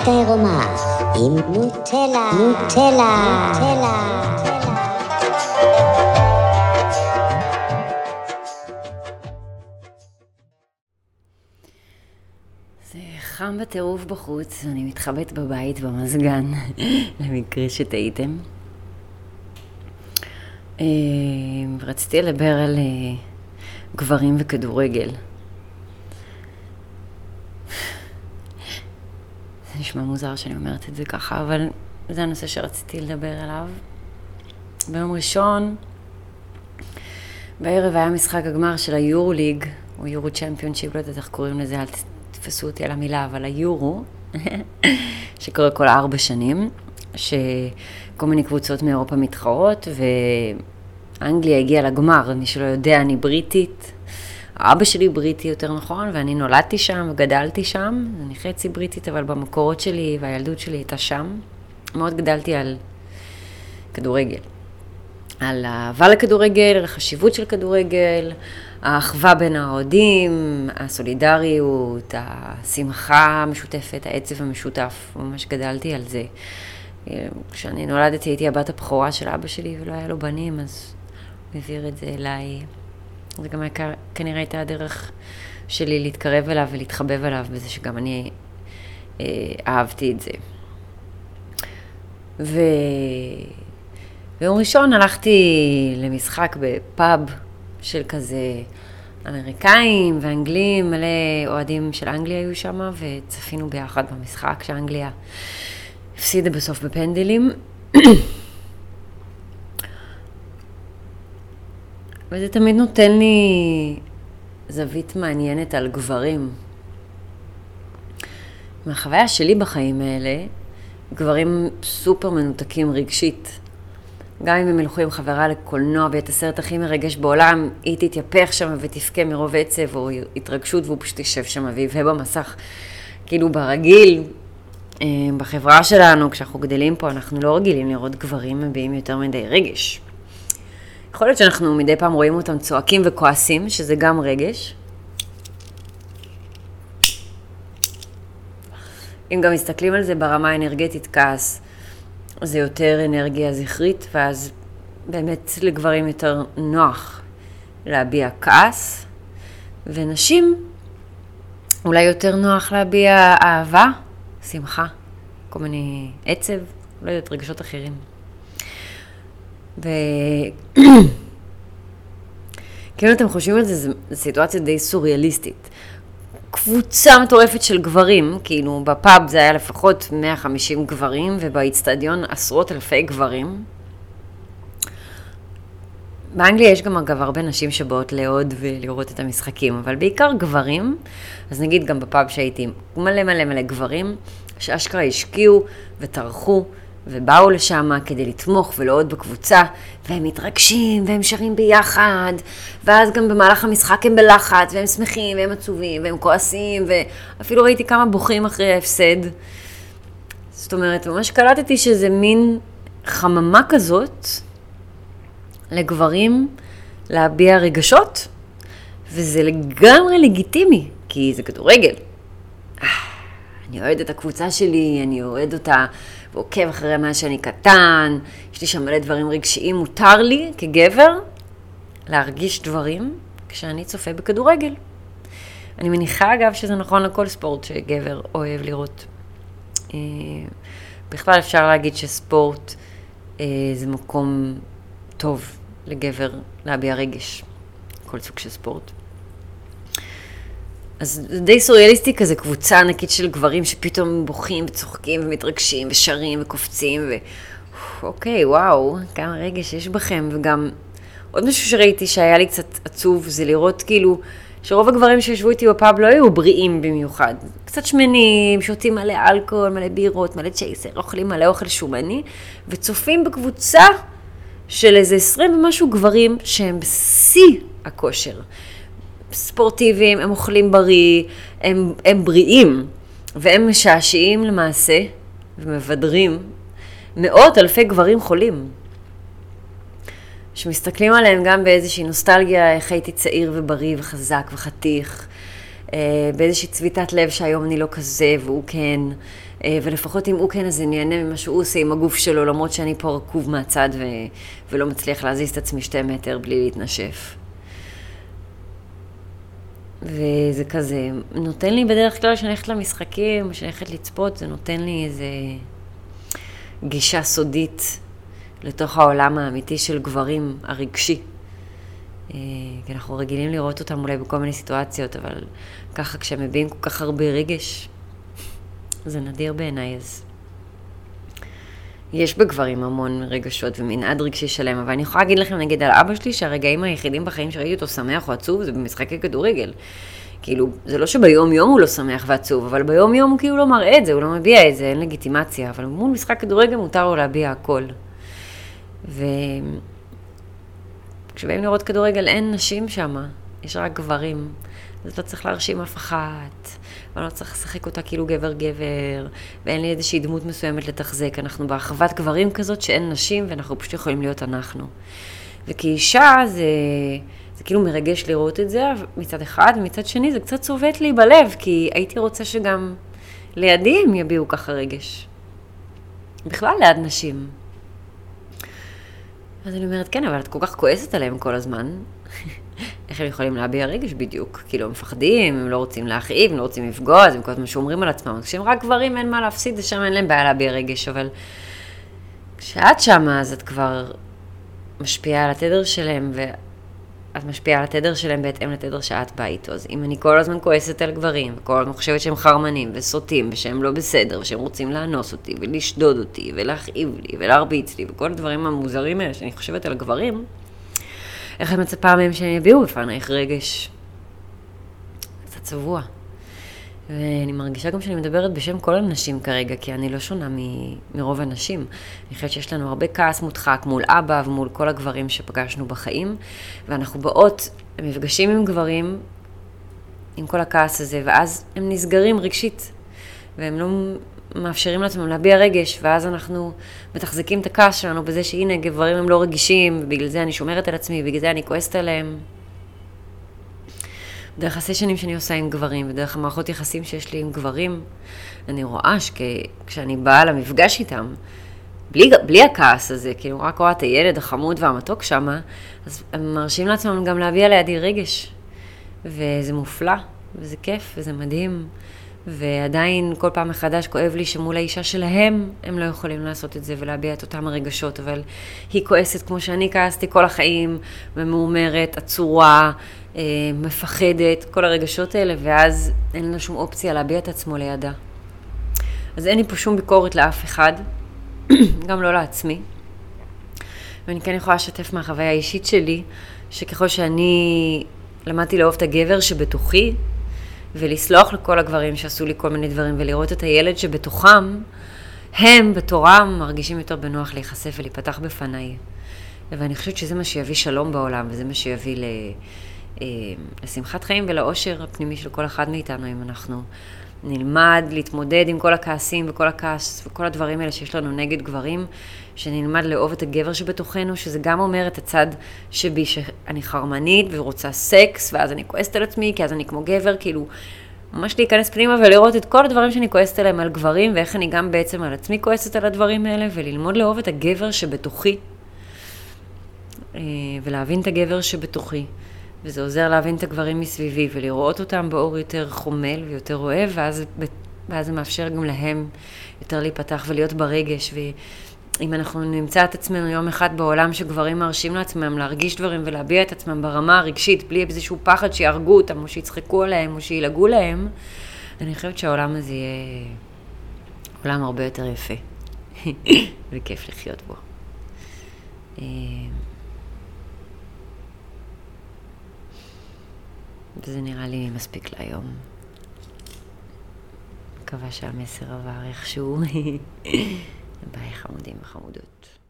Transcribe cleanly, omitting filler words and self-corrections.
דיאטה עירומה עם נוטלה. זה חם בטירוף בחוץ, אני מתחבאת בבית במזגן, למקרה שתהיתם. רציתי לדבר על גברים וכדורגל. זה נשמע מוזר שאני אומרת את זה ככה, אבל זה הנושא שרציתי לדבר עליו. ביום ראשון, בערב היה משחק הגמר של היורו ליג, או יורו צ'מפיונשיפ, לא יודעת איך קוראים לזה, אל תתפסו אותי על המילה, אבל היורו, שקורה כל 4 שנים, שכל מיני קבוצות מאירופה מתחרות, ואנגליה הגיעה לגמר. מי שלא יודע, אני בריטית, אבא שלי בריטי יותר נכון, ואני נולדתי שם וגדלתי שם. אני חצי בריטית, אבל במקורות שלי והילדות שלי הייתה שם. מאוד גדלתי על כדורגל. על האהבה לכדורגל, על החשיבות של כדורגל, האחווה בין האוהדים, הסולידריות, השמחה המשותפת, העצב המשותף. ממש גדלתי על זה. כשאני נולדתי הייתי הבת הבכורה של אבא שלי ולא היה לו בנים, אז הוא העביר את זה אליי. זה גם כנראה הייתה הדרך שלי להתקרב אליו ולהתחבב אליו, בזה שגם אני אהבתי את זה. ביום ראשון הלכתי למשחק בפאב של כזה אמריקאים ואנגלים, מלא אוהדים של אנגליה היו שם, וצפינו ביחד במשחק שאנגליה הפסידה בסוף בפנדלים. וזה תמיד נותן לי זווית מעניינת על גברים. מהחוויה שלי בחיים האלה, גברים סופר מנותקים רגשית. גם אם הם הלכו עם חברה לקולנוע ואת הסרט הכי מרגש בעולם, היא תתייפך שם ותפקה מרוב עצב או התרגשות, והוא פשוט יישב שם ויבהה במסך. כאילו ברגיל, בחברה שלנו, כשאנחנו גדלים פה, אנחנו לא רגילים לראות גברים מביעים יותר מדי רגש. יכול להיות שאנחנו מדי פעם רואים אותם צועקים וכועסים, שזה גם רגש. אם גם מסתכלים על זה ברמה האנרגטית, כעס, זה יותר אנרגיה זכרית, ואז באמת לגברים יותר נוח להביע כעס, ונשים אולי יותר נוח להביע אהבה, שמחה, כל מיני עצב, לא יודעת, רגשות אחרים. כאילו אתם חושבים על זה, זו סיטואציה די סוריאליסטית. קבוצה מטורפת של גברים, כאילו בפאב זה היה לפחות 150 גברים, ובאצטדיון עשרות אלפי גברים. באנגליה יש גם אגב הרבה נשים שבאות לעוד ולראות את המשחקים, אבל בעיקר גברים. אז נגיד גם בפאב שהייתי מלא גברים, שאשכרה השקיעו וטרחו, ובאו לשם כדי לתמוך ולעוד בקבוצה, והם מתרגשים, והם שרים ביחד, ואז גם במהלך המשחק הם בלחץ, והם שמחים, והם עצובים, והם כועסים, ואפילו ראיתי כמה בוכים אחרי ההפסד. זאת אומרת, ממש קלטתי שזה מין חממה כזאת לגברים להביע רגשות, וזה לגמרי לגיטימי, כי זה כדורגל. אני אוהד את הקבוצה שלי, אני אוהד אותה ועוקב אחרי מה שאני קטן, יש לי שם מלא דברים רגשיים, מותר לי כגבר להרגיש דברים כשאני צופה בכדורגל. אני מניחה אגב שזה נכון לכל ספורט שגבר אוהב לראות. בכלל אפשר להגיד שספורט זה מקום טוב לגבר להביע רגש, כל סוג של ספורט. אז זה די סוריאליסטי כזה, קבוצה ענקית של גברים שפתאום בוכים וצוחקים ומתרגשים ושרים וקופצים אוקיי, וואו, כמה רגש יש בכם. וגם עוד משהו שראיתי שהיה לי קצת עצוב, זה לראות כאילו שרוב הגברים שישבו איתי בפאב לא היו בריאים במיוחד. קצת שמנים, שותים מלא אלכוהול, מלא בירות, מלא צ'ייסר, אוכלים מלא אוכל שומני, וצופים בקבוצה של איזה 20 ומשהו גברים שהם בשיא הכושר. ספורטיביים, הם אוכלים בריא, הם בריאים, והם משעשעים למעשה, ומבדרים מאות אלפי גברים חולים. שמסתכלים עליהם גם באיזושהי נוסטלגיה, איך הייתי צעיר ובריא וחזק וחתיך, באיזושהי צביטת לב שהיום אני לא כזה והוא כן, ולפחות אם הוא כן, אז אני אענה ממה שהוא עושה עם הגוף שלו, למרות שאני פה רקוב מהצד ולא מצליח להזיז את עצמי 2 מטר בלי להתנשף. וזה כזה, נותן לי בדרך כלל שאני הולכת למשחקים, שאני הולכת לצפות, זה נותן לי איזה גישה סודית לתוך העולם האמיתי של גברים הרגשי. כי אנחנו רגילים לראות אותם אולי בכל מיני סיטואציות, אבל ככה כשהם מביאים כל כך הרבה רגש, זה נדיר בעיניי. אז יש בגברים המון רגשות ומנעד רגשי שלם, אבל אני יכולה להגיד לכם נגיד על אבא שלי שהרגעים היחידים בחיים שראיתי אותו שמח או עצוב זה במשחקי כדורגל. כאילו, זה לא שביום יום הוא לא שמח ועצוב, אבל ביום יום הוא כאילו לא מראה את זה, הוא לא מביע את זה, אין לגיטימציה, אבל מול משחק כדורגל מותר לו להביע הכל. וכשבאים לראות כדורגל אין נשים שם, יש רק גברים, אז לא צריך להרשים אף אחת, ואני לא צריך לשחק אותה כאילו גבר, ואין לי איזושהי דמות מסוימת לתחזק. אנחנו באחוות גברים כזאת שאין נשים, ואנחנו פשוט יכולים להיות אנחנו. וכאישה זה כאילו מרגש לראות את זה מצד אחד, ומצד שני זה קצת צובט לי בלב, כי הייתי רוצה שגם לידי הם יביעו ככה רגש. בכלל ליד נשים. אז אני אומרת, כן, אבל את כל כך כועסת עליהם כל הזמן. איך הם יכולים להביע רגש בדיוק? כאילו, הם מפחדים, הם לא רוצים להכאיב, הם לא רוצים לפגוע, אז הם כל הזמן שומרים על עצמם. כשהם רק גברים, אין מה להפסיד, שם אין להם בעיה להביע רגש, אבל כשאת שמה, אז את כבר משפיעה על התדר שלהם, ואת משפיעה על התדר שלהם בהתאם לתדר שאת באה איתו. אז אם אני כל הזמן כועסת על גברים, וכל הזמן חושבת שהם חרמנים וסוטים, ושהם לא בסדר, ושהם רוצים לאנוס אותי, ולשדוד אותי, ולהכאיב לי, ולהרביץ לי, וכל הדברים המוזרים האלה שאני חושבת על גברים, איך אני מצפה מהם שהם יביאו בפנייך רגש? קצת צבוע. ואני מרגישה גם שאני מדברת בשם כל הנשים כרגע, כי אני לא שונה מרוב הנשים. אני חושבת שיש לנו הרבה כעס מודחק מול אבא ומול כל הגברים שפגשנו בחיים, ואנחנו באות, מפגשים עם גברים, עם כל הכעס הזה, ואז הם נסגרים רגשית, והם לא מאפשרים לעצמם להביע רגש, ואז אנחנו מתחזקים את הכעס שלנו בזה שהנה גברים הם לא רגישים, ובגלל זה אני שומרת על עצמי, ובגלל זה אני כועסת עליהם. דרך הסשנים שאני עושה עם גברים, ודרך המערכות יחסים שיש לי עם גברים, אני רואה שכשאני באה למפגש איתם, בלי הכעס הזה, כאילו רק רואה את הילד החמוד והמתוק שם, אז הם מרשים לעצמם גם להביע לידי רגש. וזה מופלא, וזה כיף, וזה מדהים. ועדיין כל פעם מחדש כואב לי שמול האישה שלהם הם לא יכולים לעשות את זה ולהביע את אותם הרגשות, אבל היא כועסת כמו שאני כעסתי כל החיים, ומאומרת, עצורה, מפחדת, כל הרגשות האלה, ואז אין לה שום אופציה להביע את עצמו לידה. אז אין לי פה שום ביקורת לאף אחד, גם לא לעצמי. ואני כן יכולה לשתף מהחוויה האישית שלי, שככל שאני למדתי לאהוב את הגבר שבתוכי, ולסלוח לכל הגברים שעשו לי כל מיני דברים, ולראות את הילד שבתוכם, הם בתורם מרגישים יותר בנוח להיחשף ולהיפתח בפניי. ואני חושבת שזה מה שיביא שלום בעולם, וזה מה שיביא לשמחת חיים ולאושר הפנימי של כל אחד מאיתנו, אם אנחנו נלמד להתמודד עם כל הכעסים וכל הכעס וכל הדברים האלה שיש לנו נגד גברים, שנלמד לאהוב את הגבר שבתוכנו, שזה גם אומר את הצד שבי שאני חרמנית ורוצה סקס, ואז אני כועסת על עצמי, כי אז אני כמו גבר, כאילו ממש להיכנס פנימה ולראות את כל הדברים שאני כועסת עליהם על גברים, ואיך אני גם בעצם על עצמי כועסת על הדברים האלה, וללמוד לאהוב את הגבר שבתוכי, ולהבין את הגבר שבתוכי. וזה עוזר להבין את הגברים מסביבי, ולראות אותם באור יותר חומל ויותר אוהב, ואז זה מאפשר גם להם יותר להיפתח ולהיות ברגש. ואם אנחנו נמצא את עצמנו יום אחד בעולם שגברים מרשים לעצמם להרגיש דברים ולהביע את עצמם ברמה הרגשית, בלי איזשהו פחד שיהרגו אותם, או שיצחקו עליהם, או שילגו להם, אני חושבת שהעולם הזה יהיה עולם הרבה יותר יפה. וכיף לחיות בו. וזה נראה לי מספיק להיום. מקווה שהמסר עבר איכשהו. ביי חמודים וחמודות.